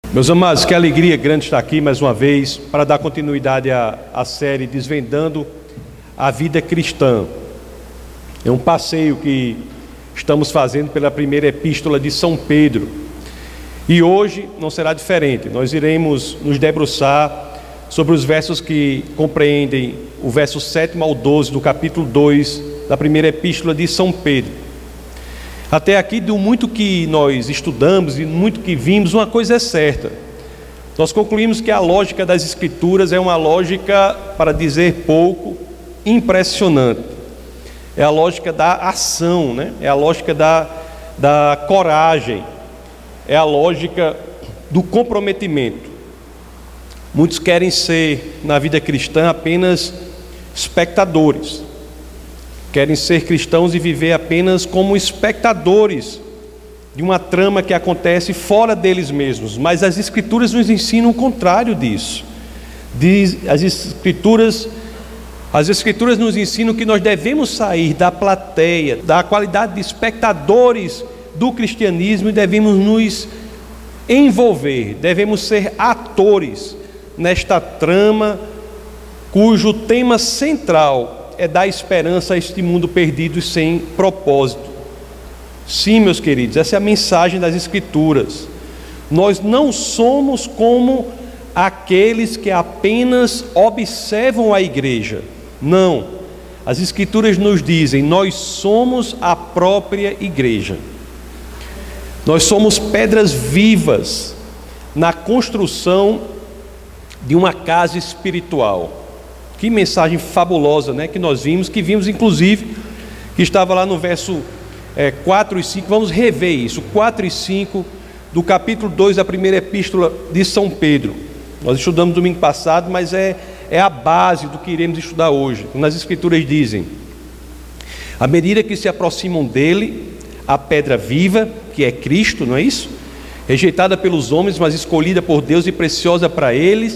Meus amados, que alegria grande estar aqui mais uma vez para dar continuidade à série Desvendando a Vida Cristã. É um passeio que estamos fazendo pela primeira epístola de São Pedro. E hoje não será diferente. Nós iremos nos debruçar sobre os versos que compreendem o verso 7 ao 12 do capítulo 2 da primeira epístola de São Pedro. Até aqui, do muito que nós estudamos e muito que vimos, uma coisa é certa. Nós concluímos que a lógica das Escrituras é uma lógica, para dizer pouco, impressionante. É a lógica da ação, né? É a lógica da coragem. É a lógica do comprometimento. Muitos querem ser, na vida cristã, apenas espectadores. Querem ser cristãos e viver apenas como espectadores de uma trama que acontece fora deles mesmos. Mas as Escrituras nos ensinam o contrário disso. As Escrituras nos ensinam que nós devemos sair da plateia, da qualidade de espectadores do cristianismo e devemos nos envolver, devemos ser atores nesta trama cujo tema central é dar esperança a este mundo perdido e sem propósito. Sim, meus queridos, essa é a mensagem das Escrituras. Nós não somos como aqueles que apenas observam a igreja. Não, as Escrituras nos dizem, nós somos a própria igreja. Nós somos pedras vivas na construção de uma casa espiritual. Que mensagem fabulosa, né? Que nós vimos inclusive, que estava lá no verso 4 e 5, vamos rever isso, 4 e 5 do capítulo 2 da primeira epístola de São Pedro. Nós estudamos domingo passado, mas é a base do que iremos estudar hoje. Nas Escrituras dizem: à medida que se aproximam dele, a pedra viva, que é Cristo, não é isso? Rejeitada pelos homens, mas escolhida por Deus e preciosa para eles,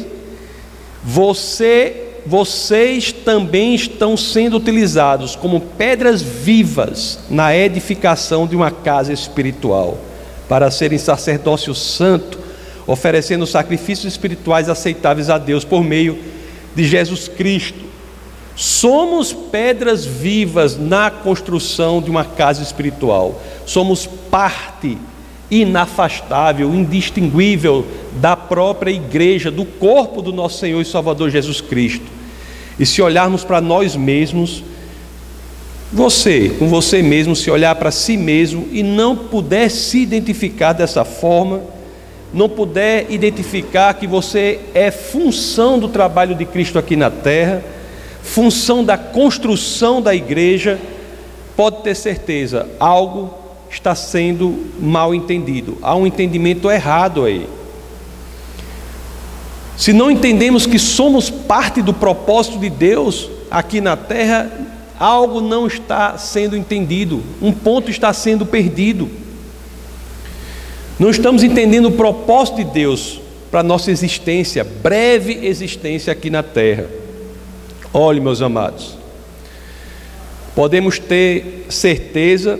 vocês também estão sendo utilizados como pedras vivas na edificação de uma casa espiritual, para serem sacerdócio santo, oferecendo sacrifícios espirituais aceitáveis a Deus por meio de Jesus Cristo. Somos pedras vivas na construção de uma casa espiritual. Somos parte inafastável, indistinguível da própria igreja, do corpo do nosso Senhor e Salvador Jesus Cristo. E se olharmos para nós mesmos, com você mesmo, se olhar para si mesmo e não puder se identificar dessa forma, não puder identificar que você é função do trabalho de Cristo aqui na terra, função da construção da igreja, pode ter certeza, algo está sendo mal entendido, há um entendimento errado aí. Se não entendemos que somos parte do propósito de Deus aqui na terra, algo não está sendo entendido, um ponto está sendo perdido. Não estamos entendendo o propósito de Deus para a nossa existência, breve existência aqui na terra. Olhe, meus amados, podemos ter certeza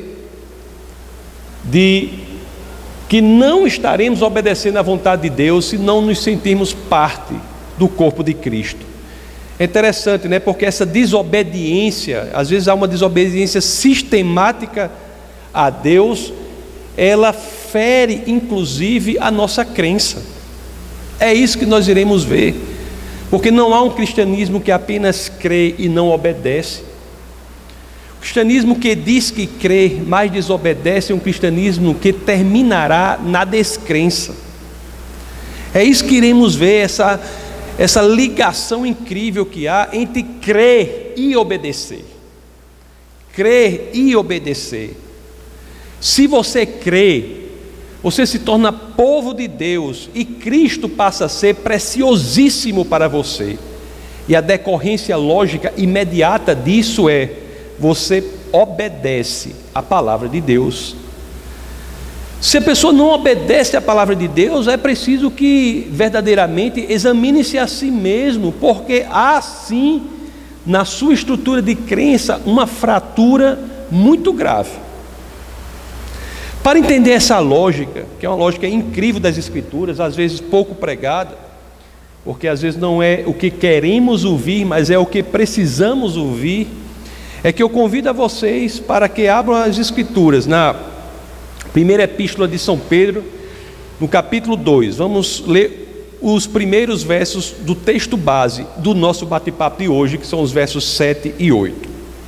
de que não estaremos obedecendo à vontade de Deus se não nos sentirmos parte do corpo de Cristo. É interessante, né? Porque essa desobediência, às vezes há uma desobediência sistemática a Deus, ela fere inclusive a nossa crença. É isso que nós iremos ver, porque não há um cristianismo que apenas crê e não obedece. O cristianismo que diz que crê, mas desobedece, é um cristianismo que terminará na descrença. É isso que iremos ver, essa ligação incrível que há entre crer e obedecer. Crer e obedecer. Se você crê, você se torna povo de Deus e Cristo passa a ser preciosíssimo para você. E a decorrência lógica imediata disso é: você obedece à palavra de Deus. Se a pessoa não obedece à palavra de Deus, é preciso que verdadeiramente examine-se a si mesmo, porque há sim na sua estrutura de crença uma fratura muito grave. Para entender essa lógica, que é uma lógica incrível das Escrituras, às vezes pouco pregada, porque às vezes não é o que queremos ouvir, mas é o que precisamos ouvir, é que eu convido a vocês para que abram as Escrituras na primeira epístola de São Pedro, no capítulo 2. Vamos ler os primeiros versos do texto base do nosso bate-papo de hoje, que são os versos 7 e 8.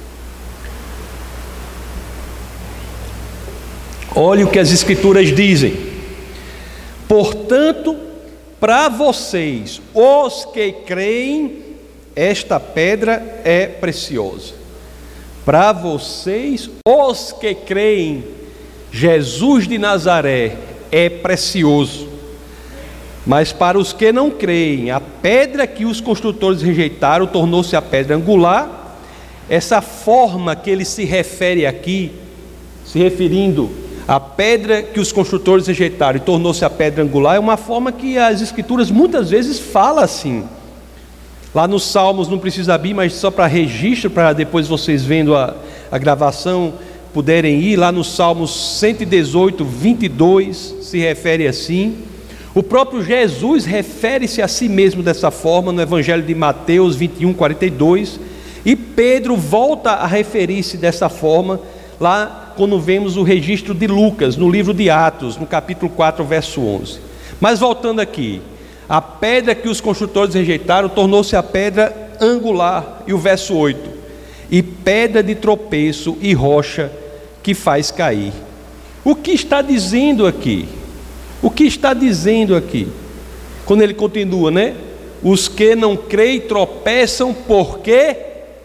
Olhe o que as Escrituras dizem: portanto, para vocês, os que creem, esta pedra é preciosa. Para vocês, os que creem, Jesus de Nazaré é precioso. Mas para os que não creem, a pedra que os construtores rejeitaram tornou-se a pedra angular. Essa forma que ele se refere aqui, se referindo a pedra que os construtores rejeitaram e tornou-se a pedra angular, é uma forma que as Escrituras muitas vezes falam assim. Lá nos Salmos, não precisa abrir, mas só para registro, para depois vocês vendo a gravação, puderem ir, lá nos Salmos 118, 22, se refere assim. O próprio Jesus refere-se a si mesmo dessa forma, no Evangelho de Mateus 21, 42, e Pedro volta a referir-se dessa forma, lá quando vemos o registro de Lucas, no livro de Atos, no capítulo 4, verso 11. Mas voltando aqui, a pedra que os construtores rejeitaram tornou-se a pedra angular, e o verso 8, e pedra de tropeço e rocha que faz cair. O que está dizendo aqui? O que está dizendo aqui? Quando ele continua, né? Os que não creem tropeçam porque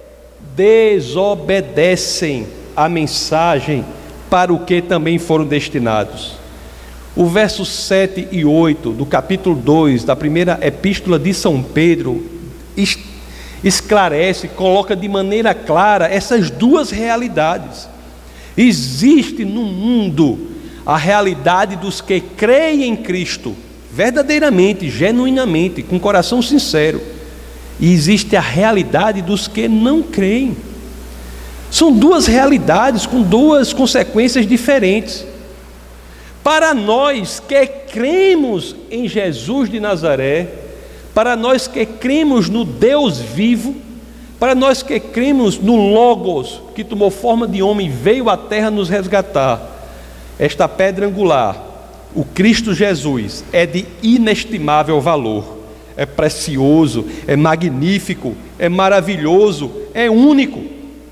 desobedecem a mensagem para o que também foram destinados. O verso 7 e 8 do capítulo 2 da primeira epístola de São Pedro esclarece, coloca de maneira clara essas duas realidades. Existe no mundo a realidade dos que creem em Cristo verdadeiramente, genuinamente, com coração sincero, e existe a realidade dos que não creem. São duas realidades com duas consequências diferentes. Para nós que cremos em Jesus de Nazaré, para nós que cremos no Deus vivo, para nós que cremos no Logos, que tomou forma de homem e veio à terra nos resgatar, esta pedra angular, o Cristo Jesus, é de inestimável valor, é precioso, é magnífico, é maravilhoso, é único.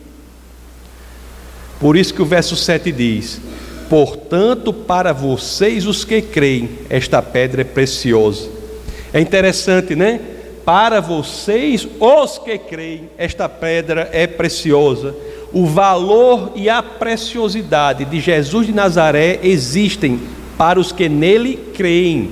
Por isso que o verso 7 diz: portanto, para vocês os que creem, esta pedra é preciosa. É interessante, né? Para vocês os que creem, esta pedra é preciosa. O valor e a preciosidade de Jesus de Nazaré existem para os que nele creem.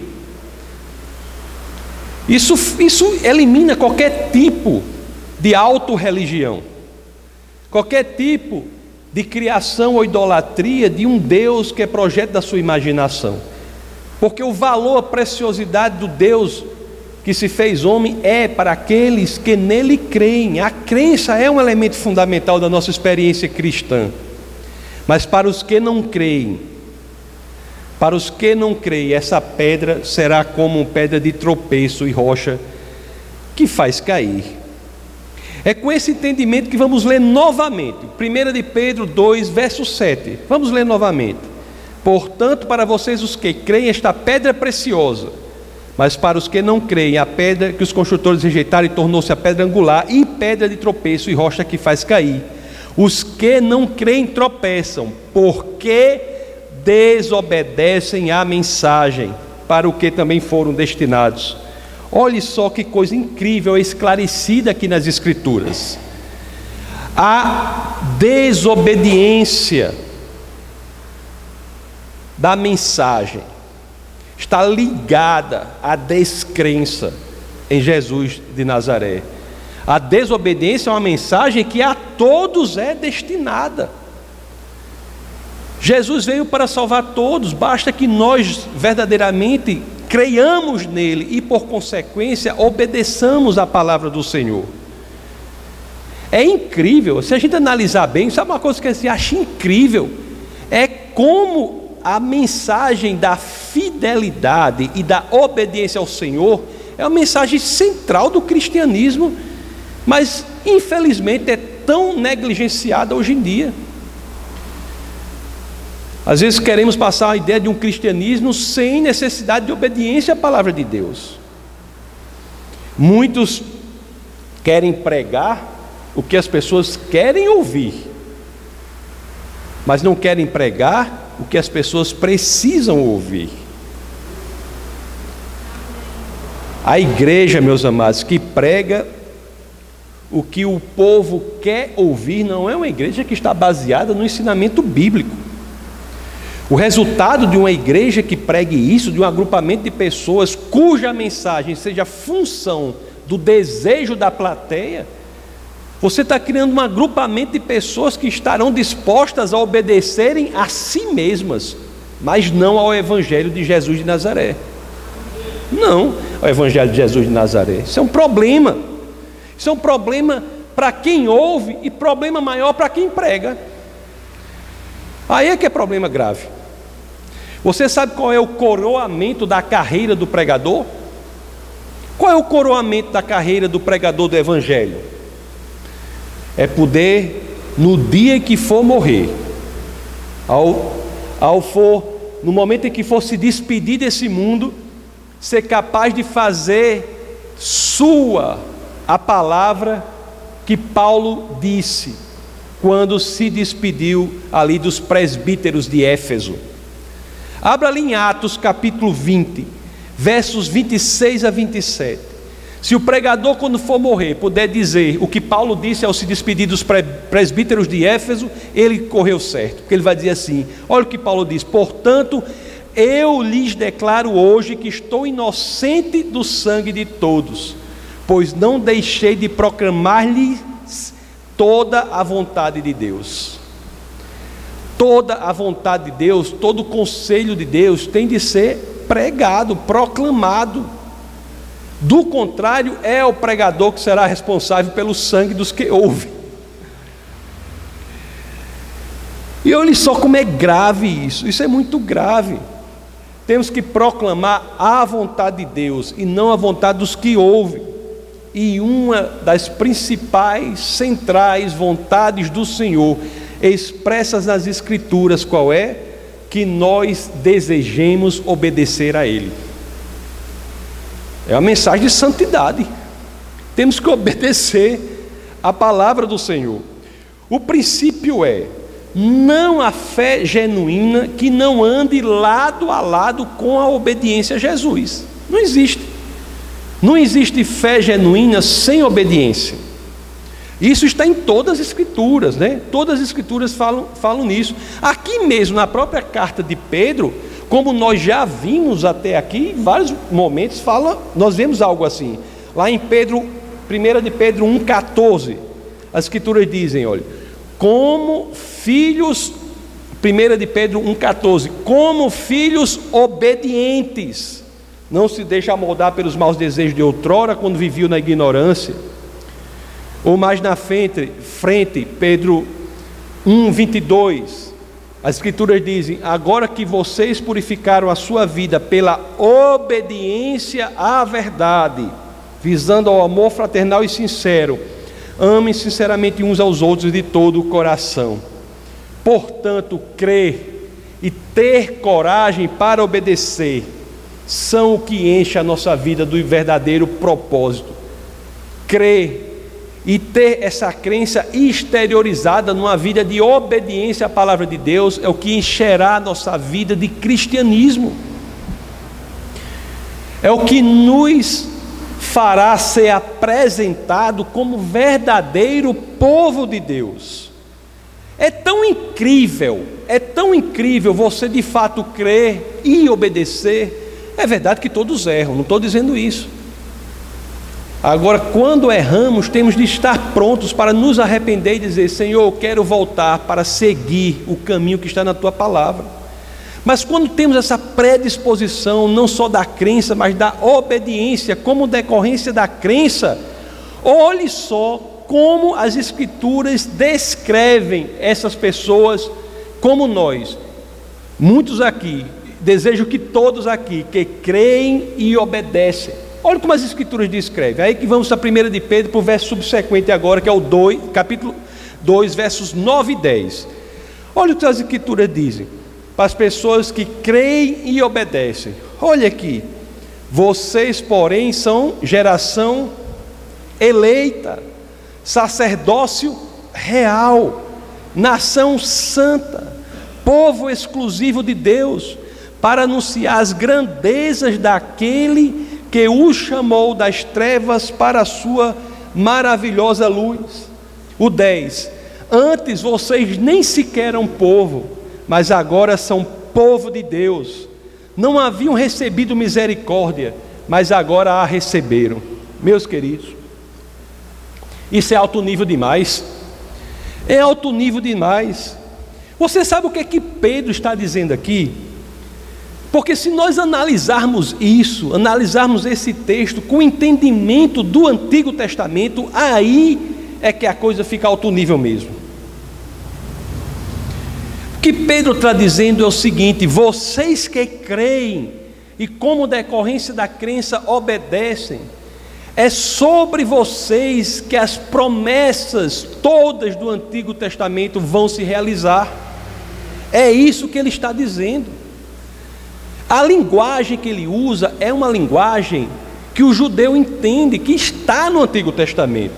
Isso elimina qualquer tipo de autorreligião, qualquer tipo de criação ou idolatria de um Deus que é projeto da sua imaginação, porque o valor, a preciosidade do Deus que se fez homem é para aqueles que nele creem. A crença é um elemento fundamental da nossa experiência cristã, mas para os que não creem, essa pedra será como uma pedra de tropeço e rocha que faz cair. É com esse entendimento que vamos ler novamente 1 de Pedro 2, verso 7. Vamos ler novamente. Portanto, para vocês os que creem, esta pedra é preciosa, mas para os que não creem, a pedra que os construtores rejeitaram tornou-se a pedra angular e pedra de tropeço e rocha que faz cair. Os que não creem tropeçam, porque desobedecem à mensagem para o que também foram destinados. Olhe só que coisa incrível, esclarecida aqui nas Escrituras. A desobediência da mensagem está ligada à descrença em Jesus de Nazaré. A desobediência é uma mensagem que a todos é destinada. Jesus veio para salvar todos, basta que nós verdadeiramente creiamos nele e, por consequência, obedeçamos a palavra do Senhor. É incrível, se a gente analisar bem, sabe uma coisa que eu acho incrível? É como a mensagem da fidelidade e da obediência ao Senhor é uma mensagem central do cristianismo, mas infelizmente é tão negligenciada hoje em dia. Às vezes queremos passar a ideia de um cristianismo sem necessidade de obediência à palavra de Deus. Muitos querem pregar o que as pessoas querem ouvir, mas não querem pregar o que as pessoas precisam ouvir. A igreja, meus amados, que prega o que o povo quer ouvir, não é uma igreja que está baseada no ensinamento bíblico. O resultado de uma igreja que pregue isso, de um agrupamento de pessoas cuja mensagem seja função do desejo da plateia, você está criando um agrupamento de pessoas que estarão dispostas a obedecerem a si mesmas, mas não ao Evangelho de Jesus de Nazaré. Não ao Evangelho de Jesus de Nazaré. Isso é um problema. Isso é um problema para quem ouve e problema maior para quem prega. Aí é que é problema grave. Você sabe qual é o coroamento da carreira do pregador? Qual é o coroamento da carreira do pregador do Evangelho? É poder, no dia que for morrer, no momento em que for se despedir desse mundo, ser capaz de fazer sua a palavra que Paulo disse quando se despediu ali dos presbíteros de Éfeso. Abra ali em Atos capítulo 20, versos 26 a 27. Se o pregador, quando for morrer, puder dizer o que Paulo disse ao se despedir dos presbíteros de Éfeso, ele correu certo, porque ele vai dizer assim: olha o que Paulo diz: portanto, eu lhes declaro hoje que estou inocente do sangue de todos, pois não deixei de proclamar-lhes toda a vontade de Deus. Toda a vontade de Deus, todo o conselho de Deus tem de ser pregado, proclamado. Do contrário, é o pregador que será responsável pelo sangue dos que ouvem. E olhe só como é grave isso. Isso é muito grave. Temos que proclamar a vontade de Deus e não a vontade dos que ouvem. E uma das principais, centrais vontades do Senhor, expressas nas Escrituras, qual é? Que nós desejemos obedecer a Ele. É uma mensagem de santidade. Temos que obedecer a palavra do Senhor. O princípio é: não há fé genuína que não ande lado a lado com a obediência a Jesus. Não existe. Não existe fé genuína sem obediência. Isso está em todas as Escrituras, né? Todas as Escrituras falam nisso. Aqui mesmo, na própria carta de Pedro, como nós já vimos até aqui, em vários momentos nós vemos algo assim. Lá em 1 de Pedro 1,14, as Escrituras dizem, olha, como filhos, 1 de Pedro 1,14, como filhos obedientes, não se deixa amoldar pelos maus desejos de outrora, quando viviam na ignorância. Ou mais na frente, Pedro 1,22, as Escrituras dizem: agora que vocês purificaram a sua vida pela obediência à verdade, visando ao amor fraternal e sincero, amem sinceramente uns aos outros de todo o coração. Portanto, crer e ter coragem para obedecer são o que enche a nossa vida do verdadeiro propósito. Crer e ter essa crença exteriorizada numa vida de obediência à palavra de Deus é o que encherá a nossa vida de cristianismo. É o que nos fará ser apresentado como verdadeiro povo de Deus. É tão incrível você de fato crer e obedecer. É verdade que todos erram, não estou dizendo isso. Agora, quando erramos, temos de estar prontos para nos arrepender e dizer: Senhor, eu quero voltar para seguir o caminho que está na Tua palavra. Mas quando temos essa predisposição, não só da crença, mas da obediência, como decorrência da crença, olhe só como as Escrituras descrevem essas pessoas como nós. Muitos aqui, desejo que todos aqui, que creem e obedecem. Olha como as Escrituras descrevem. Aí que vamos a 1 de Pedro, para o verso subsequente agora, que é o 2, capítulo 2, versos 9 e 10. Olha o que as Escrituras dizem para as pessoas que creem e obedecem. Olha aqui: vocês, porém, são geração eleita, sacerdócio real, nação santa, povo exclusivo de Deus, para anunciar as grandezas daquele que o chamou das trevas para a sua maravilhosa luz. O 10: antes vocês nem sequer eram povo, mas agora são povo de Deus. Não haviam recebido misericórdia, mas agora a receberam. Meus queridos, isso é alto nível demais. É alto nível demais. Você sabe o que é que Pedro está dizendo aqui? Porque se nós analisarmos isso, analisarmos esse texto com o entendimento do Antigo Testamento, aí é que a coisa fica alto nível mesmo. O que Pedro está dizendo é o seguinte: vocês que creem e como decorrência da crença obedecem, é sobre vocês que as promessas todas do Antigo Testamento vão se realizar. É isso que ele está dizendo. A linguagem que ele usa é uma linguagem que o judeu entende, que está no Antigo Testamento.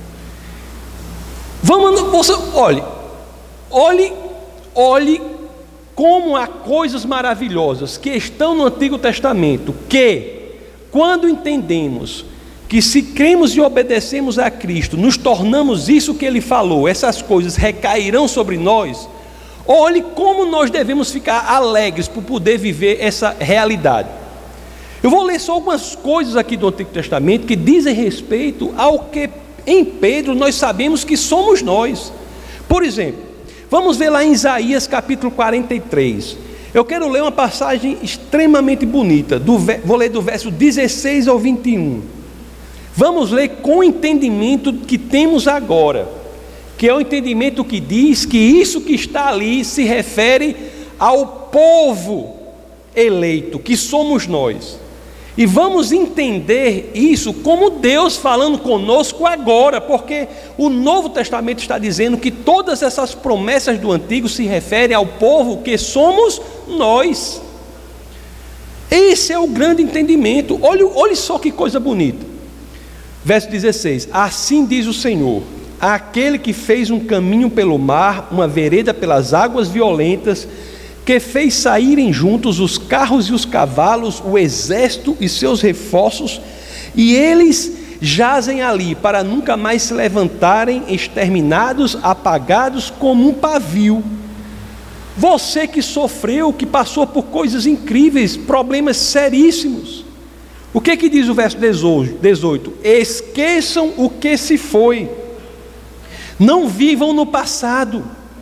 Olhe como há coisas maravilhosas que estão no Antigo Testamento, que quando entendemos que se cremos e obedecemos a Cristo, nos tornamos isso que ele falou, essas coisas recairão sobre nós. Olhe como nós devemos ficar alegres por poder viver essa realidade. Eu vou ler só algumas coisas aqui do Antigo Testamento que dizem respeito ao que em Pedro nós sabemos que somos nós. Por exemplo, vamos ver lá em Isaías capítulo 43. Eu quero ler uma passagem extremamente bonita, vou ler do verso 16 ao 21. Vamos ler com o entendimento que temos agora, que é o entendimento que diz que isso que está ali se refere ao povo eleito, que somos nós. E vamos entender isso como Deus falando conosco agora, porque o Novo Testamento está dizendo que todas essas promessas do Antigo se referem ao povo que somos nós. Esse é o grande entendimento. Olhe só que coisa bonita. Verso 16: assim diz o Senhor, aquele que fez um caminho pelo mar, uma vereda pelas águas violentas, que fez saírem juntos os carros e os cavalos, o exército e seus reforços, e eles jazem ali para nunca mais se levantarem, exterminados, apagados como um pavio. Você que sofreu, que passou por coisas incríveis, problemas seríssimos, o que diz o verso 18? Esqueçam o que se foi, não vivam no passado,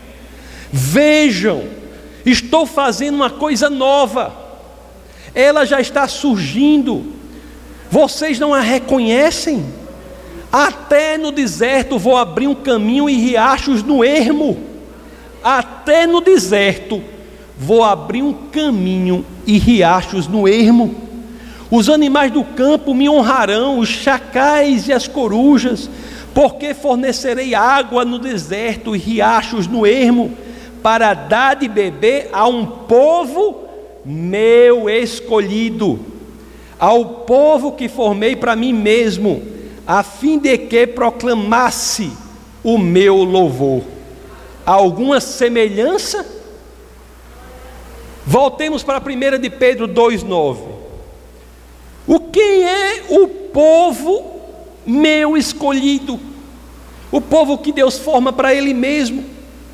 vejam, estou fazendo uma coisa nova, ela já está surgindo, vocês não a reconhecem? Até no deserto vou abrir um caminho e riachos no ermo. Até no deserto vou abrir um caminho e riachos no ermo. Os animais do campo me honrarão, os chacais e as corujas, porque fornecerei água no deserto e riachos no ermo, para dar de beber a um povo meu escolhido, ao povo que formei para mim mesmo, a fim de que proclamasse o meu louvor. Há alguma semelhança? Voltemos para 1 de Pedro 2,9. O que é o povo meu escolhido? O povo que Deus forma para Ele mesmo.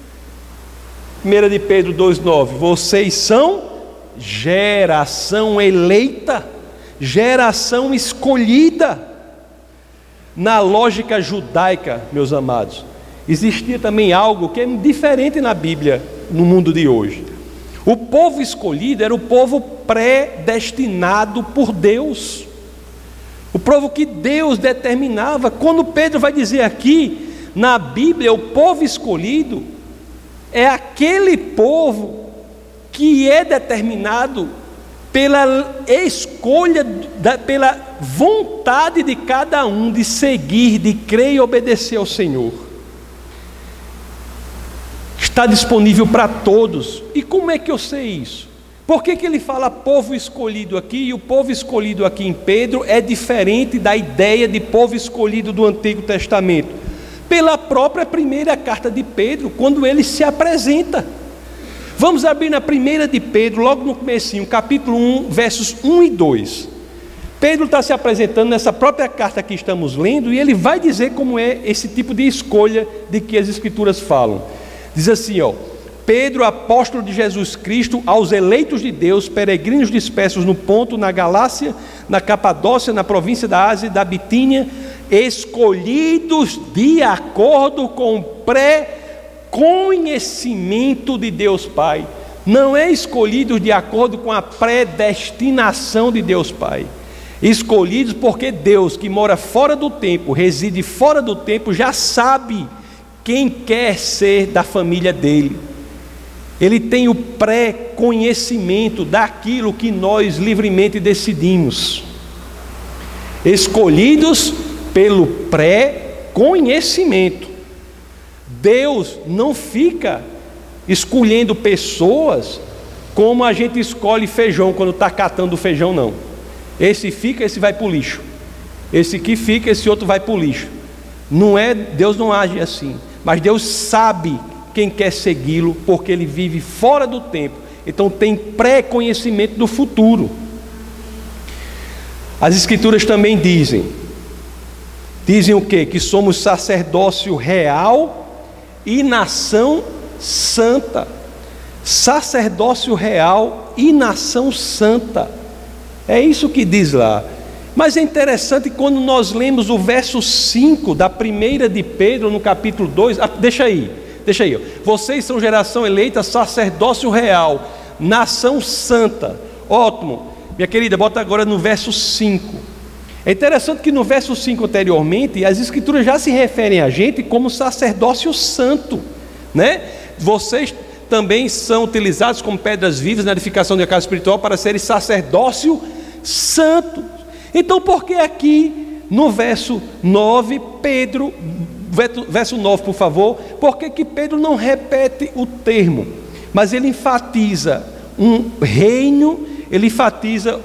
1 de Pedro 2,9: vocês são geração eleita, geração escolhida. Na lógica judaica, meus amados, existia também algo que é diferente na Bíblia, no mundo de hoje. O povo escolhido era o povo predestinado por Deus, o povo que Deus determinava. Quando Pedro vai dizer aqui, na Bíblia, o povo escolhido é aquele povo que é determinado pela escolha, pela vontade de cada um de seguir, de crer e obedecer ao Senhor. Está disponível para todos. E como é que eu sei isso? Por que ele fala povo escolhido aqui, e o povo escolhido aqui em Pedro é diferente da ideia de povo escolhido do Antigo Testamento? Pela própria primeira carta de Pedro, quando ele se apresenta. Vamos abrir na primeira de Pedro, logo no comecinho, capítulo 1, versos 1 e 2. Pedro está se apresentando nessa própria carta que estamos lendo, e ele vai dizer como é esse tipo de escolha de que as Escrituras falam. Diz assim, Pedro, apóstolo de Jesus Cristo, aos eleitos de Deus, peregrinos dispersos no Ponto, na Galácia, na Capadócia, na província da Ásia e da Bitínia, escolhidos de acordo com o pré-conhecimento de Deus Pai. Não é escolhidos de acordo com a predestinação de Deus Pai. Escolhidos porque Deus, que mora fora do tempo, reside fora do tempo, já sabe quem quer ser da família dele. Ele tem o pré-conhecimento daquilo que nós livremente decidimos. Escolhidos pelo pré-conhecimento. Deus não fica escolhendo pessoas como a gente escolhe feijão quando está catando o feijão, não. Esse fica, esse vai para o lixo. Esse que fica, esse outro vai para o lixo. Não é, Deus não age assim. Mas Deus sabe quem quer segui-lo, porque Ele vive fora do tempo. Então tem pré-conhecimento do futuro. As Escrituras também dizem o quê? Que somos sacerdócio real e nação santa. Sacerdócio real e nação santa. É isso que diz lá. Mas é interessante quando nós lemos o verso 5 da primeira de Pedro, no capítulo 2. Deixa aí. Vocês são geração eleita, sacerdócio real, nação santa. Ótimo. Minha querida, bota agora no verso 5. É interessante que no verso 5 anteriormente, as Escrituras já se referem a gente como sacerdócio santo, né? Vocês também são utilizados como pedras vivas na edificação da casa espiritual para serem sacerdócio santo. Então, por que aqui no verso 9, Pedro, verso 9, por favor, por que Pedro não repete o termo, mas ele enfatiza um reino, ele enfatiza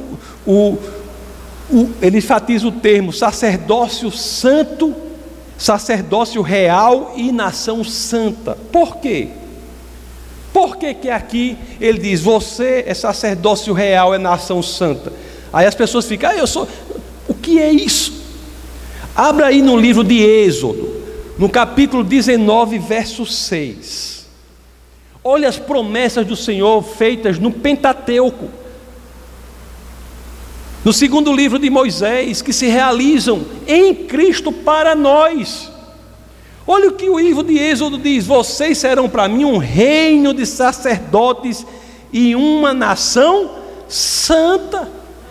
ele enfatiza o termo sacerdócio santo, sacerdócio real e nação santa. Por quê? Por que aqui ele diz, você é sacerdócio real, é nação santa? Aí as pessoas ficam, o que é isso? Abra aí no livro de Êxodo, no capítulo 19, verso 6. Olha as promessas do Senhor feitas no Pentateuco, no segundo livro de Moisés, que se realizam em Cristo para nós. Olha o que o livro de Êxodo diz: vocês serão para mim um reino de sacerdotes e uma nação santa.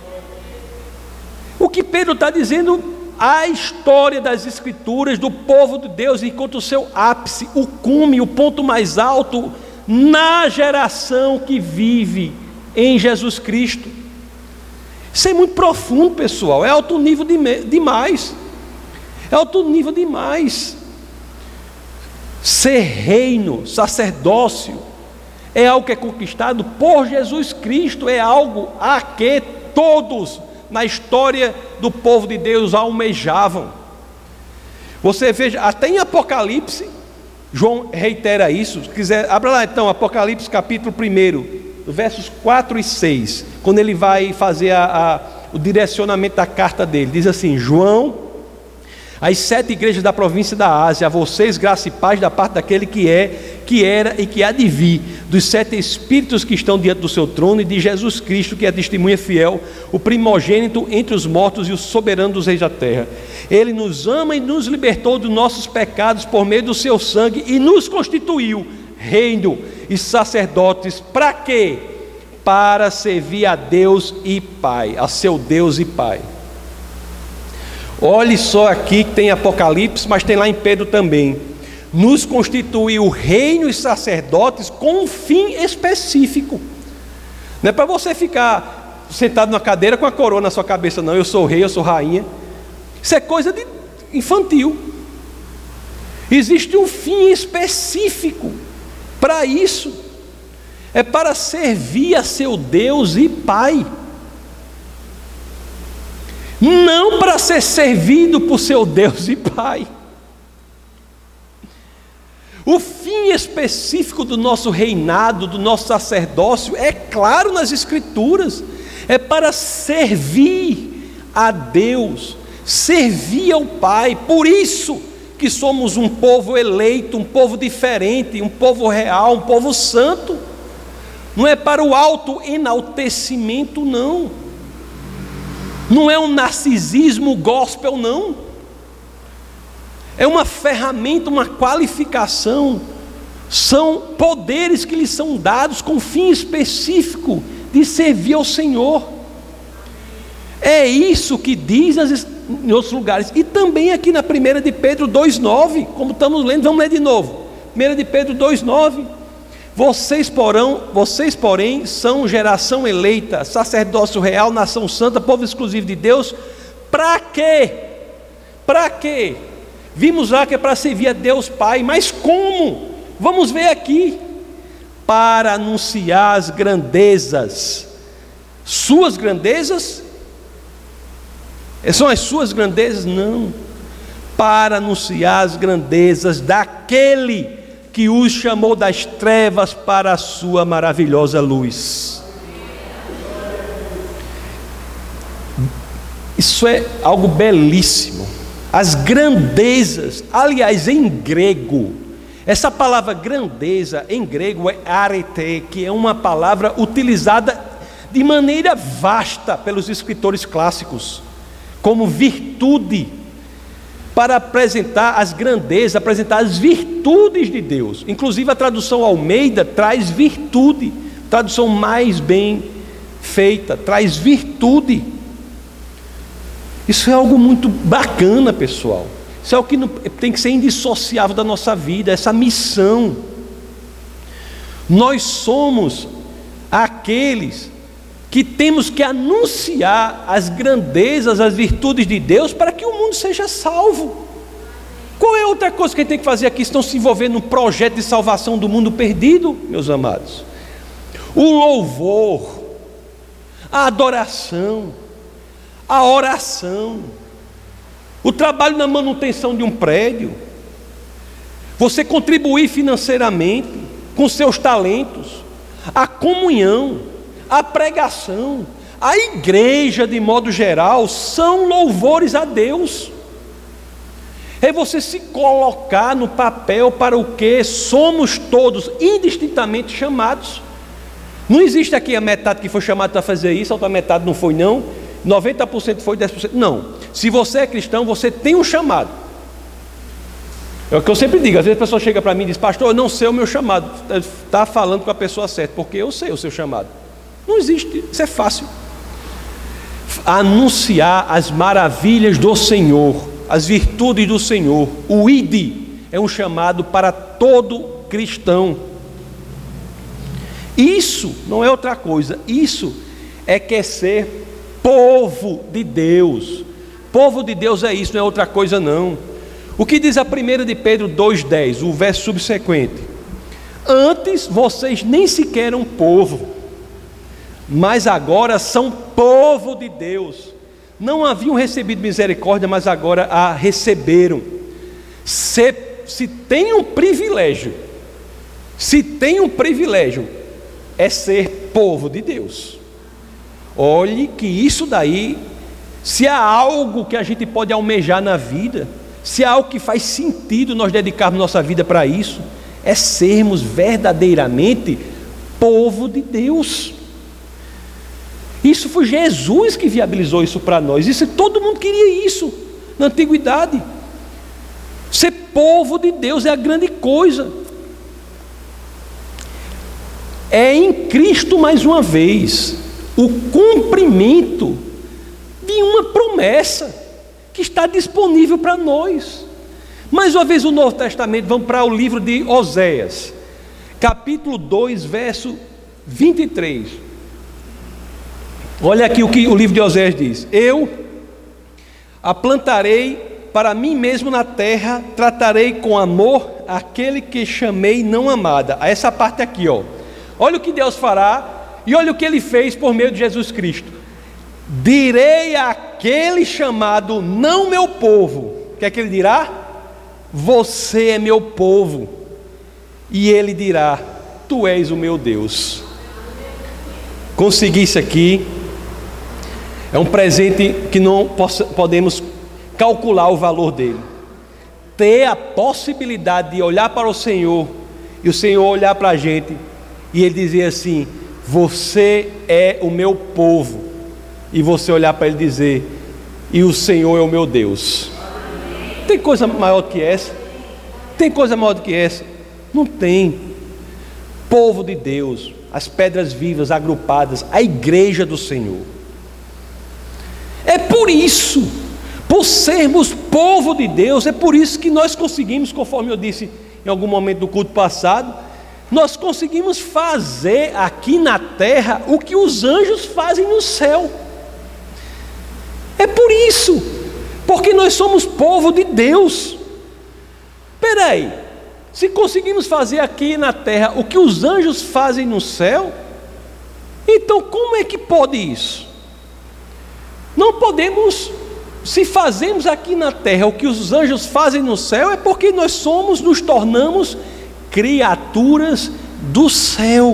O que Pedro está dizendo, a história das Escrituras do povo de Deus encontra o seu ápice, o cume, o ponto mais alto na geração que vive em Jesus Cristo. Isso é muito profundo, pessoal, é alto nível demais. É alto nível demais. Ser reino, sacerdócio, é algo que é conquistado por Jesus Cristo, é algo a que todos na história do povo de Deus almejavam. Você veja, até em Apocalipse, João reitera isso. Se quiser, abra lá então, Apocalipse capítulo 1, versos 4 e 6, quando ele vai fazer o direcionamento da carta dele, diz assim: João, as 7 igrejas da província da Ásia, a vocês graça e paz da parte daquele que é, que era e que há de vir, dos 7 espíritos que estão diante do seu trono, e de Jesus Cristo, que é testemunha fiel, o primogênito entre os mortos e o soberano dos reis da terra. Ele nos ama e nos libertou dos nossos pecados por meio do seu sangue e nos constituiu reino e sacerdotes. Para quê? Para servir a Deus e Pai, a seu Deus e Pai. Olhe só aqui que tem Apocalipse, mas tem lá em Pedro também. nos constituiu reino e sacerdotes com um fim específico. Não é para você ficar sentado numa cadeira com a coroa na sua cabeça, não. Eu sou rei, eu sou rainha. Isso é coisa de infantil. Existe um fim específico para isso. É para servir a seu Deus e Pai. Não para ser servido por seu Deus e Pai. O fim específico do nosso reinado, do nosso sacerdócio, é claro nas Escrituras. É para servir a Deus, servir ao Pai. Por isso que somos um povo eleito, um povo diferente, um povo real, um povo santo. Não é para o autoenaltecimento, não. Não é um narcisismo gospel, não. É uma ferramenta, uma qualificação. São poderes que lhes são dados com fim específico de servir ao Senhor. É isso que diz em outros lugares. E também aqui na 1 de Pedro 2,9, como estamos lendo, vamos ler de novo. 1 de Pedro 2,9. Vocês, porém, são geração eleita, sacerdócio real, nação santa, povo exclusivo de Deus. Para quê? Para quê? Vimos lá que é para servir a Deus Pai, mas como? Vamos ver aqui. Para anunciar as grandezas. Suas grandezas? São as suas grandezas? Não. Para anunciar as grandezas daquele que os chamou das trevas para a sua maravilhosa luz. Isso é algo belíssimo. As grandezas, aliás, em grego, essa palavra grandeza em grego é arete, que é uma palavra utilizada de maneira vasta pelos escritores clássicos, como virtude, para apresentar as grandezas, apresentar as virtudes de Deus. Inclusive a tradução Almeida traz virtude, tradução mais bem feita, traz virtude. Isso é algo muito bacana, pessoal. Isso é algo que tem que ser indissociável da nossa vida, essa missão. Nós somos aqueles que temos que anunciar as grandezas, as virtudes de Deus, para que o mundo seja salvo. Qual é outra coisa que a gente tem que fazer aqui? Estão se envolvendo num projeto de salvação do mundo perdido, meus amados. O louvor, a adoração, a oração, o trabalho na manutenção de um prédio, você contribuir financeiramente com seus talentos, a comunhão, a pregação, a igreja de modo geral, são louvores a Deus. É você se colocar no papel para o que somos todos indistintamente chamados. Não existe aqui a metade que foi chamada para fazer isso, a outra metade não foi não, 90% foi, 10%, não. Se você é cristão, você tem um chamado. É o que eu sempre digo, às vezes a pessoa chega para mim e diz: pastor, eu não sei o meu chamado. Está falando com a pessoa certa, porque eu sei o seu chamado. Não existe, isso é fácil. Anunciar as maravilhas do Senhor, as virtudes do Senhor. O ID é um chamado para todo cristão. Isso não é outra coisa, isso é que ser povo de Deus. Povo de Deus é isso, não é outra coisa não. O que diz a 1 de Pedro 2,10, o verso subsequente: antes vocês nem sequer eram povo, mas agora são povo de Deus. Não haviam recebido misericórdia, mas agora a receberam. Se tem um privilégio, é ser povo de Deus. Olhe que isso daí, se há algo que a gente pode almejar na vida, se há algo que faz sentido nós dedicarmos nossa vida para isso, é sermos verdadeiramente povo de Deus. Isso foi Jesus que viabilizou isso para nós. Isso, todo mundo queria isso na antiguidade. Ser povo de Deus é a grande coisa. É em Cristo, mais uma vez, o cumprimento de uma promessa que está disponível para nós. Mais uma vez o Novo Testamento, vamos para o livro de Oséias, capítulo 2, verso 23. Olha aqui o que o livro de Oséias diz: eu a plantarei para mim mesmo na terra, tratarei com amor aquele que chamei não amada. Essa parte aqui, ó. Olha o que Deus fará e olha o que Ele fez por meio de Jesus Cristo. Direi àquele chamado não meu povo. O que é que Ele dirá? Você é meu povo. E Ele dirá: tu és o meu Deus. Conseguir isso aqui é um presente que não podemos calcular o valor dele. Ter a possibilidade de olhar para o Senhor e o Senhor olhar para a gente e Ele dizer assim: você é o meu povo, e você olhar para Ele e dizer: e o Senhor é o meu Deus. Tem coisa maior do que essa? Tem coisa maior do que essa? Não tem. Povo de Deus, as pedras vivas agrupadas, a igreja do Senhor. É por isso, por sermos povo de Deus, é por isso que nós conseguimos, conforme eu disse em algum momento do culto passado, nós conseguimos fazer aqui na terra o que os anjos fazem no céu. É por isso, porque nós somos povo de Deus. Espera aí, se conseguimos fazer aqui na terra o que os anjos fazem no céu, então como é que pode isso? Não podemos. Se fazemos aqui na terra o que os anjos fazem no céu, é porque nós nos tornamos criaturas do céu.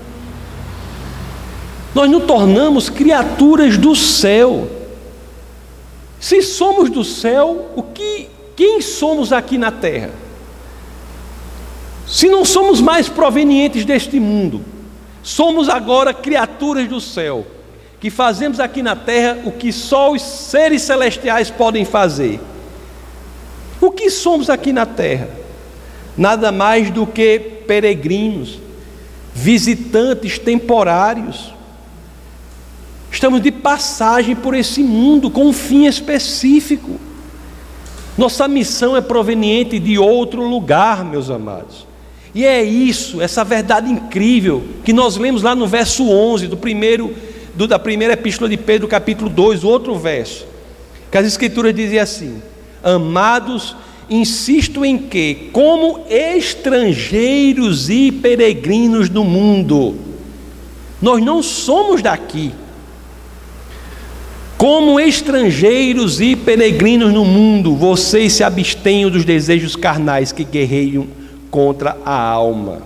Nós nos tornamos criaturas do céu. Se somos do céu, quem somos aqui na terra? Se não somos mais provenientes deste mundo, somos agora criaturas do céu, que fazemos aqui na terra o que só os seres celestiais podem fazer. O que somos aqui na terra? Nada mais do que peregrinos, visitantes temporários. Estamos de passagem por esse mundo com um fim específico. Nossa missão é proveniente de outro lugar, meus amados. E é isso, essa verdade incrível que nós lemos lá no verso 11 da primeira epístola de Pedro, capítulo 2, o outro verso, que as escrituras dizem assim: amados, insisto em que, como estrangeiros e peregrinos no mundo, nós não somos daqui. Como estrangeiros e peregrinos no mundo, vocês se abstenham dos desejos carnais que guerreiam contra a alma.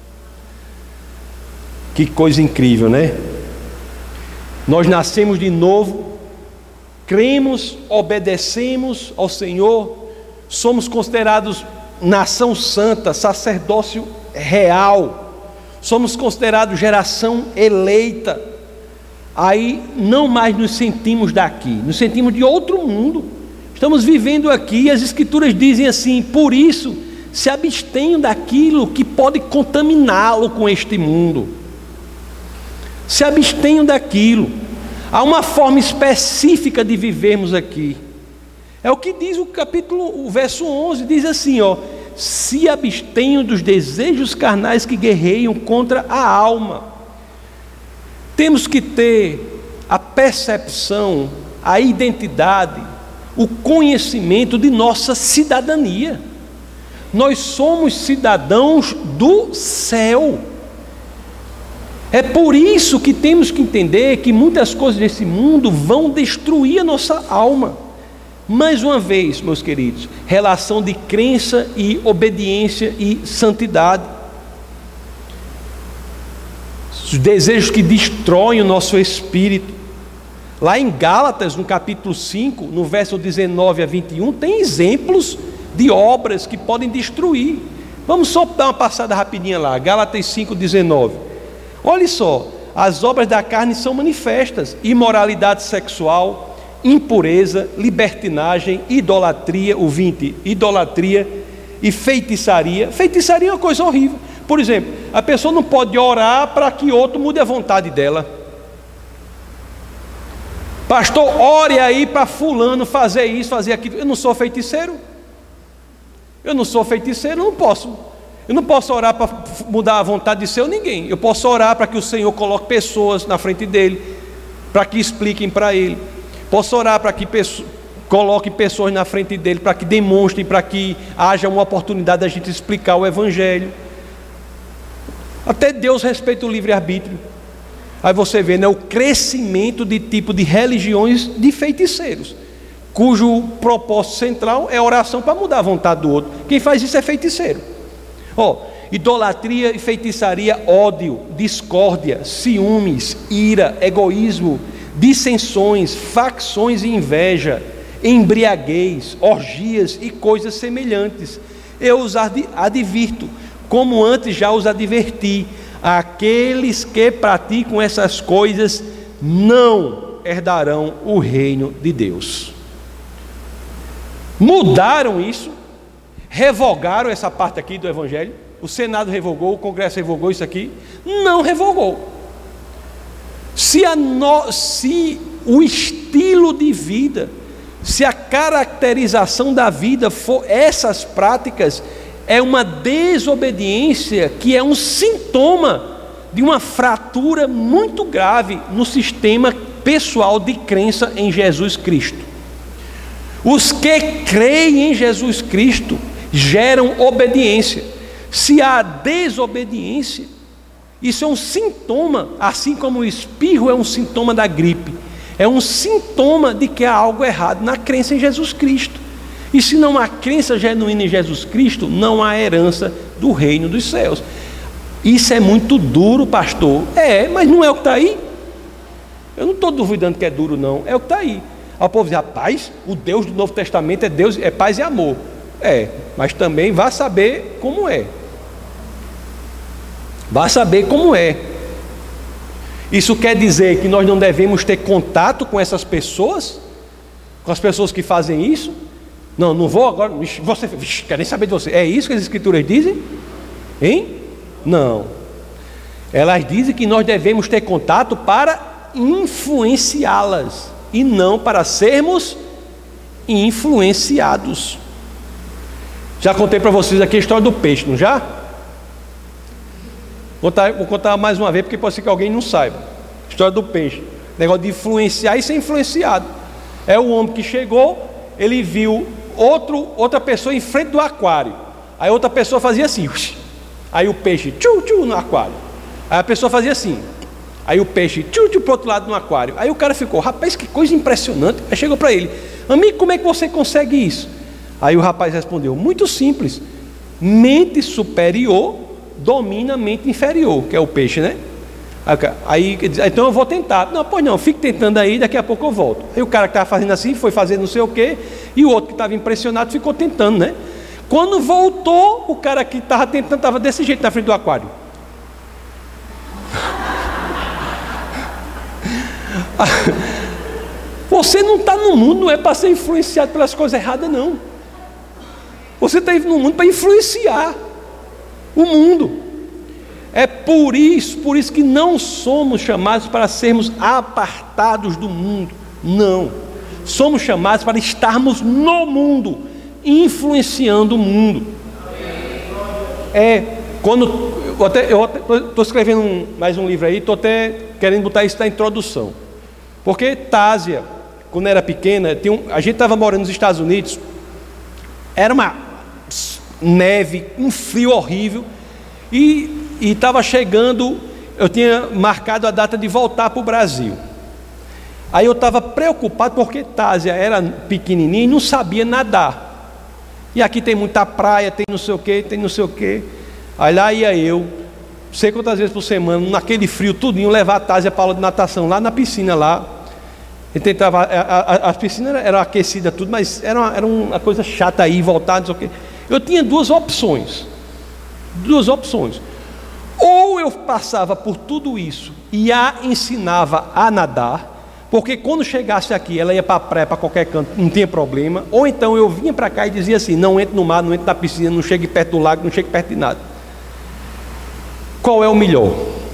Que coisa incrível, né? Nós nascemos de novo, cremos, obedecemos ao Senhor, somos considerados nação santa, sacerdócio real, somos considerados geração eleita. Aí não mais nos sentimos daqui, nos sentimos de outro mundo. Estamos vivendo aqui e as escrituras dizem assim: por isso se abstenham daquilo que pode contaminá-lo com este mundo. Se abstenham daquilo. Há uma forma específica de vivermos aqui. É o que diz o verso 11, diz assim, ó: se abstenham dos desejos carnais que guerreiam contra a alma. Temos que ter a percepção, a identidade, o conhecimento de nossa cidadania. Nós somos cidadãos do céu. É por isso que temos que entender que muitas coisas desse mundo vão destruir a nossa alma. Mais uma vez, meus queridos, relação de crença e obediência e santidade. Os desejos que destroem o nosso espírito. Lá em Gálatas, no capítulo 5, no verso 19 a 21, tem exemplos de obras que podem destruir. Vamos só dar uma passada rapidinha lá, Gálatas 5:19. Olha só, as obras da carne são manifestas: imoralidade sexual, impureza, libertinagem, idolatria, o 20, idolatria e feitiçaria. Feitiçaria é uma coisa horrível. Por exemplo, a pessoa não pode orar para que outro mude a vontade dela. Pastor, ore aí para fulano fazer isso, fazer aquilo. Eu não sou feiticeiro. Eu não sou feiticeiro, eu não posso orar para mudar a vontade de seu ninguém. Eu posso orar para que o Senhor coloque pessoas na frente dele, para que expliquem para ele. Posso orar para que coloque pessoas na frente dele, para que demonstrem, para que haja uma oportunidade da gente explicar o Evangelho. Até Deus respeita o livre-arbítrio. Aí você vê, né, o crescimento de tipo de religiões de feiticeiros, cujo propósito central é oração para mudar a vontade do outro. Quem faz isso é feiticeiro. Idolatria e feitiçaria, ódio, discórdia, ciúmes, ira, egoísmo, dissensões, facções e inveja, embriaguez, orgias e coisas semelhantes. Eu os advirto, como antes já os adverti, aqueles que praticam essas coisas não herdarão o reino de Deus. Mudaram isso, revogaram essa parte aqui do Evangelho. O Senado revogou, o Congresso revogou isso aqui? Não revogou. Se o estilo de vida, se a caracterização da vida for essas práticas, é uma desobediência que é um sintoma de uma fratura muito grave no sistema pessoal de crença em Jesus Cristo. Os que creem em Jesus Cristo geram obediência. Se há desobediência, isso é um sintoma, assim como o espirro é um sintoma da gripe, é um sintoma de que há algo errado na crença em Jesus Cristo. E se não há crença genuína em Jesus Cristo, não há herança do reino dos céus. Isso é muito duro, pastor. Mas não é o que está aí? Eu não estou duvidando que é duro, não. É o que está aí. Aí o povo diz, rapaz, o Deus do Novo Testamento é Deus, é paz e amor. Mas também vá saber como é. Vá saber como é. Isso quer dizer que nós não devemos ter contato com essas pessoas? Com as pessoas que fazem isso? Não vou agora. Você quer nem saber de você. É isso que as Escrituras dizem? Hein? Não. Elas dizem que nós devemos ter contato para influenciá-las e não para sermos influenciados. Já contei para vocês aqui a história do peixe, não já? Vou contar mais uma vez, porque pode ser que alguém não saiba. História do peixe. Negócio de influenciar e ser influenciado. É o homem que chegou, ele viu outra pessoa em frente do aquário. Aí outra pessoa fazia assim. Aí o peixe tchu no aquário. Aí a pessoa fazia assim. Aí o peixe tchu para o outro lado no aquário. Aí o cara ficou, rapaz, que coisa impressionante. Aí chegou para ele, amigo, como é que você consegue isso? Aí o rapaz respondeu, muito simples. Mente superior domina a mente inferior, que é o peixe, né? Aí então eu vou tentar. Não, pois não, fique tentando aí, daqui a pouco eu volto. Aí o cara que estava fazendo assim, foi fazer não sei o quê, e o outro que estava impressionado ficou tentando, né? Quando voltou, o cara que estava tentando estava desse jeito na frente do aquário. Você não está no mundo, não é para ser influenciado pelas coisas erradas, não. Você está no mundo para influenciar o mundo. É por isso que não somos chamados para sermos apartados do mundo. Não. Somos chamados para estarmos no mundo, influenciando o mundo. Eu estou escrevendo mais um livro aí, estou até querendo botar isso na introdução. Porque Tásia, quando era pequena, a gente estava morando nos Estados Unidos, era uma neve, um frio horrível, e estava chegando, eu tinha marcado a data de voltar para o Brasil. Aí eu estava preocupado porque Tásia era pequenininha e não sabia nadar. E aqui tem muita praia, tem não sei o que. Aí lá ia eu, sei quantas vezes por semana, naquele frio tudinho, levar a Tásia para aula de natação lá na piscina lá. Eu tentava, a piscina era aquecida tudo, mas era uma coisa chata aí, voltar, não sei o que. Eu tinha duas opções. Ou eu passava por tudo isso e a ensinava a nadar, porque quando chegasse aqui ela ia para a praia, para qualquer canto, não tinha problema. Ou então eu vinha para cá e dizia assim, não entre no mar, não entre na piscina, não chegue perto do lago, não chegue perto de nada. Qual é o melhor?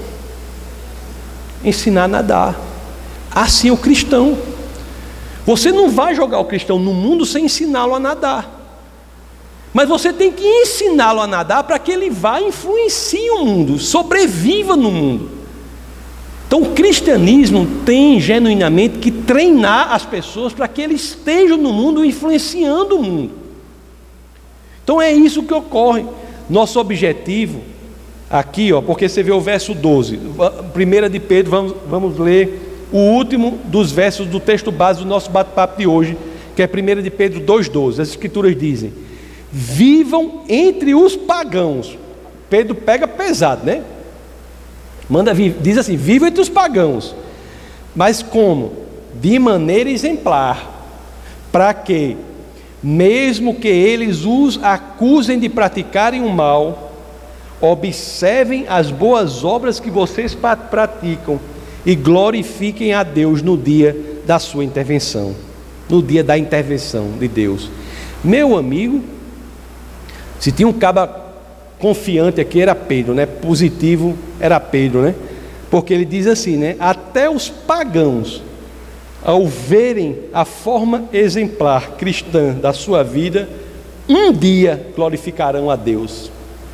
Ensinar a nadar. Assim o cristão. Você não vai jogar o cristão no mundo sem ensiná-lo a nadar. Mas você tem que ensiná-lo a nadar para que ele vá e influencie o mundo, sobreviva no mundo. Então o cristianismo tem genuinamente que treinar as pessoas para que eles estejam no mundo influenciando o mundo. Então é isso que ocorre. Nosso objetivo aqui, porque você vê o verso 12, 1 de Pedro, vamos ler o último dos versos do texto base do nosso bate-papo de hoje, que é 1 de Pedro 2,12. As escrituras dizem: vivam entre os pagãos. Pedro pega pesado, né? Diz assim: vivam entre os pagãos. Mas como? De maneira exemplar, para que, mesmo que eles os acusem de praticarem o mal, observem as boas obras que vocês praticam e glorifiquem a Deus no dia da sua intervenção, no dia da intervenção de Deus. Meu amigo, se tinha um caba confiante aqui, era Pedro, né? Positivo era Pedro, né? Porque ele diz assim, né? Até os pagãos, ao verem a forma exemplar cristã da sua vida, um dia glorificarão a Deus.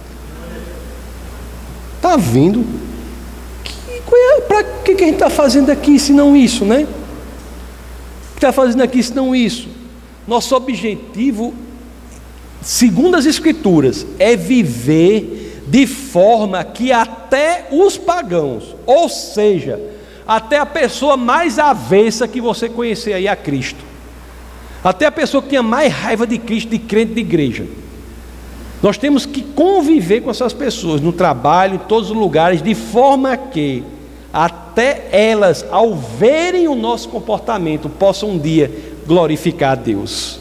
Está vendo? Para que a gente está fazendo aqui se não isso, né? O que está fazendo aqui se não isso? Nosso objetivo, segundo as Escrituras, é viver de forma que até os pagãos, ou seja, até a pessoa mais avessa que você conhecer aí a Cristo, até a pessoa que tinha mais raiva de Cristo, de crente de igreja, nós temos que conviver com essas pessoas no trabalho, em todos os lugares, de forma que até elas, ao verem o nosso comportamento, possam um dia glorificar a Deus.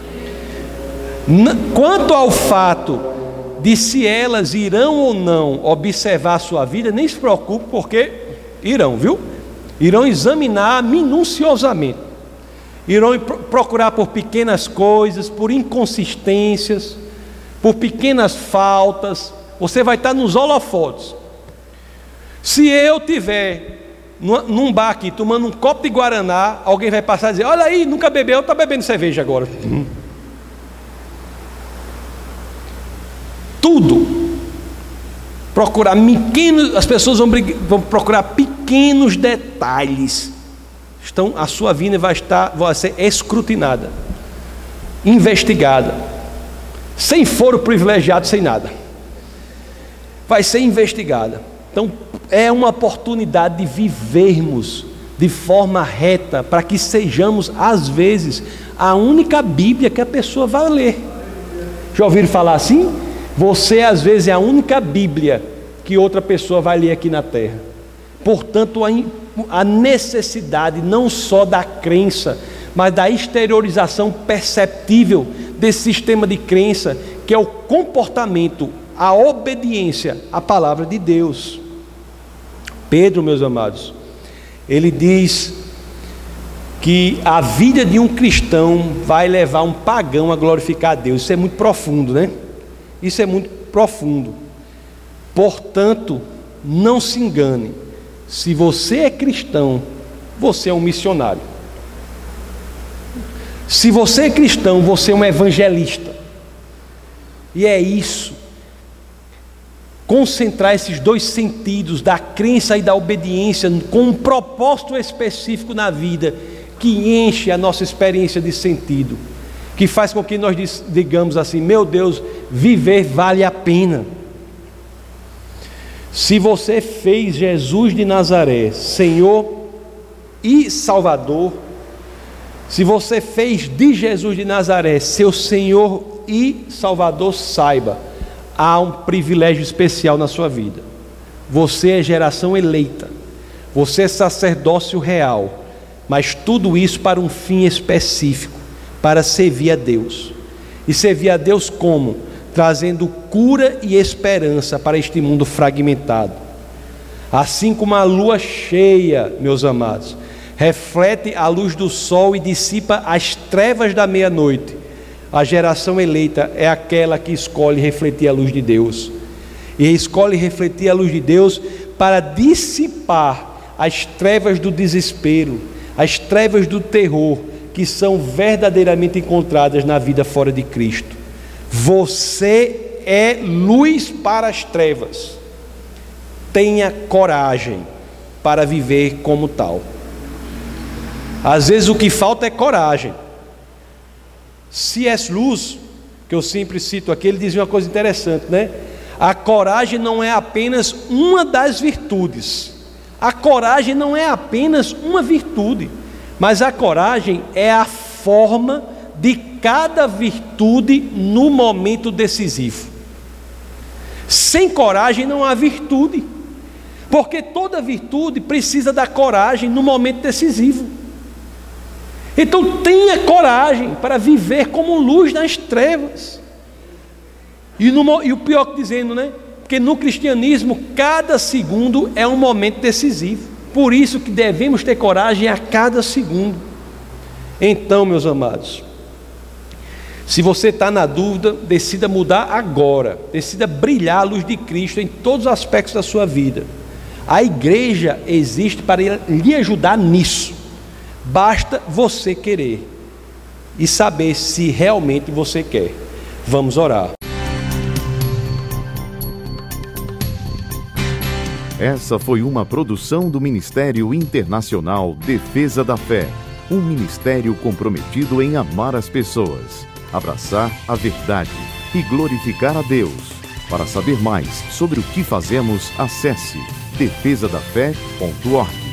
Quanto ao fato de se elas irão ou não observar a sua vida, nem se preocupe, porque irão, viu? Irão examinar minuciosamente, irão procurar por pequenas coisas, por inconsistências, por pequenas faltas. Você vai estar nos holofotes. Se eu tiver num bar aqui tomando um copo de guaraná, alguém vai passar e dizer: olha aí, nunca bebeu, está bebendo cerveja agora. Tudo. Procurar pequenos, as pessoas vão procurar pequenos detalhes. A sua vida vai ser escrutinada, investigada, sem foro privilegiado, sem nada. Vai ser investigada. Então é uma oportunidade de vivermos de forma reta, para que sejamos, às vezes, a única Bíblia que a pessoa vai ler. Já ouviram falar assim? Você, às vezes, é a única Bíblia que outra pessoa vai ler aqui na terra. Portanto, a necessidade não só da crença, mas da exteriorização perceptível desse sistema de crença, que é o comportamento, a obediência à palavra de Deus. Pedro, meus amados, ele diz que a vida de um cristão vai levar um pagão a glorificar a Deus. Isso é muito profundo, né? Isso é muito profundo. Portanto, não se engane. Se você é cristão, você é um missionário. Se você é cristão, você é um evangelista. E é isso. Concentrar esses dois sentidos, da crença e da obediência, com um propósito específico na vida, que enche a nossa experiência de sentido, que faz com que nós digamos assim: meu Deus, viver vale a pena. Se você fez Jesus de Nazaré Senhor e Salvador, se você fez de Jesus de Nazaré seu Senhor e Salvador, saiba, há um privilégio especial na sua vida. Você é geração eleita, você é sacerdócio real, mas tudo isso para um fim específico, para servir a Deus. E servir a Deus como? Trazendo cura e esperança para este mundo fragmentado. Assim como a lua cheia, meus amados, reflete a luz do sol e dissipa as trevas da meia-noite, a geração eleita é aquela que escolhe refletir a luz de Deus. E escolhe refletir a luz de Deus para dissipar as trevas do desespero, as trevas do terror, que são verdadeiramente encontradas na vida fora de Cristo. Você é luz para as trevas. Tenha coragem para viver como tal. Às vezes o que falta é coragem. C.S. Lewis, que eu sempre cito aqui, ele dizia uma coisa interessante, né? A coragem não é apenas uma das virtudes. A coragem não é apenas uma virtude, mas a coragem é a forma de cada virtude no momento decisivo. Sem coragem não há virtude, porque toda virtude precisa da coragem no momento decisivo. Então tenha coragem para viver como luz nas trevas. E o pior que dizendo, né? Porque no cristianismo cada segundo é um momento decisivo. Por isso que devemos ter coragem a cada segundo. Então, meus amados, se você está na dúvida, decida mudar agora. Decida brilhar a luz de Cristo em todos os aspectos da sua vida. A igreja existe para lhe ajudar nisso. Basta você querer e saber se realmente você quer. Vamos orar. Essa foi uma produção do Ministério Internacional Defesa da Fé, um ministério comprometido em amar as pessoas, abraçar a verdade e glorificar a Deus. Para saber mais sobre o que fazemos, acesse defesadafé.org.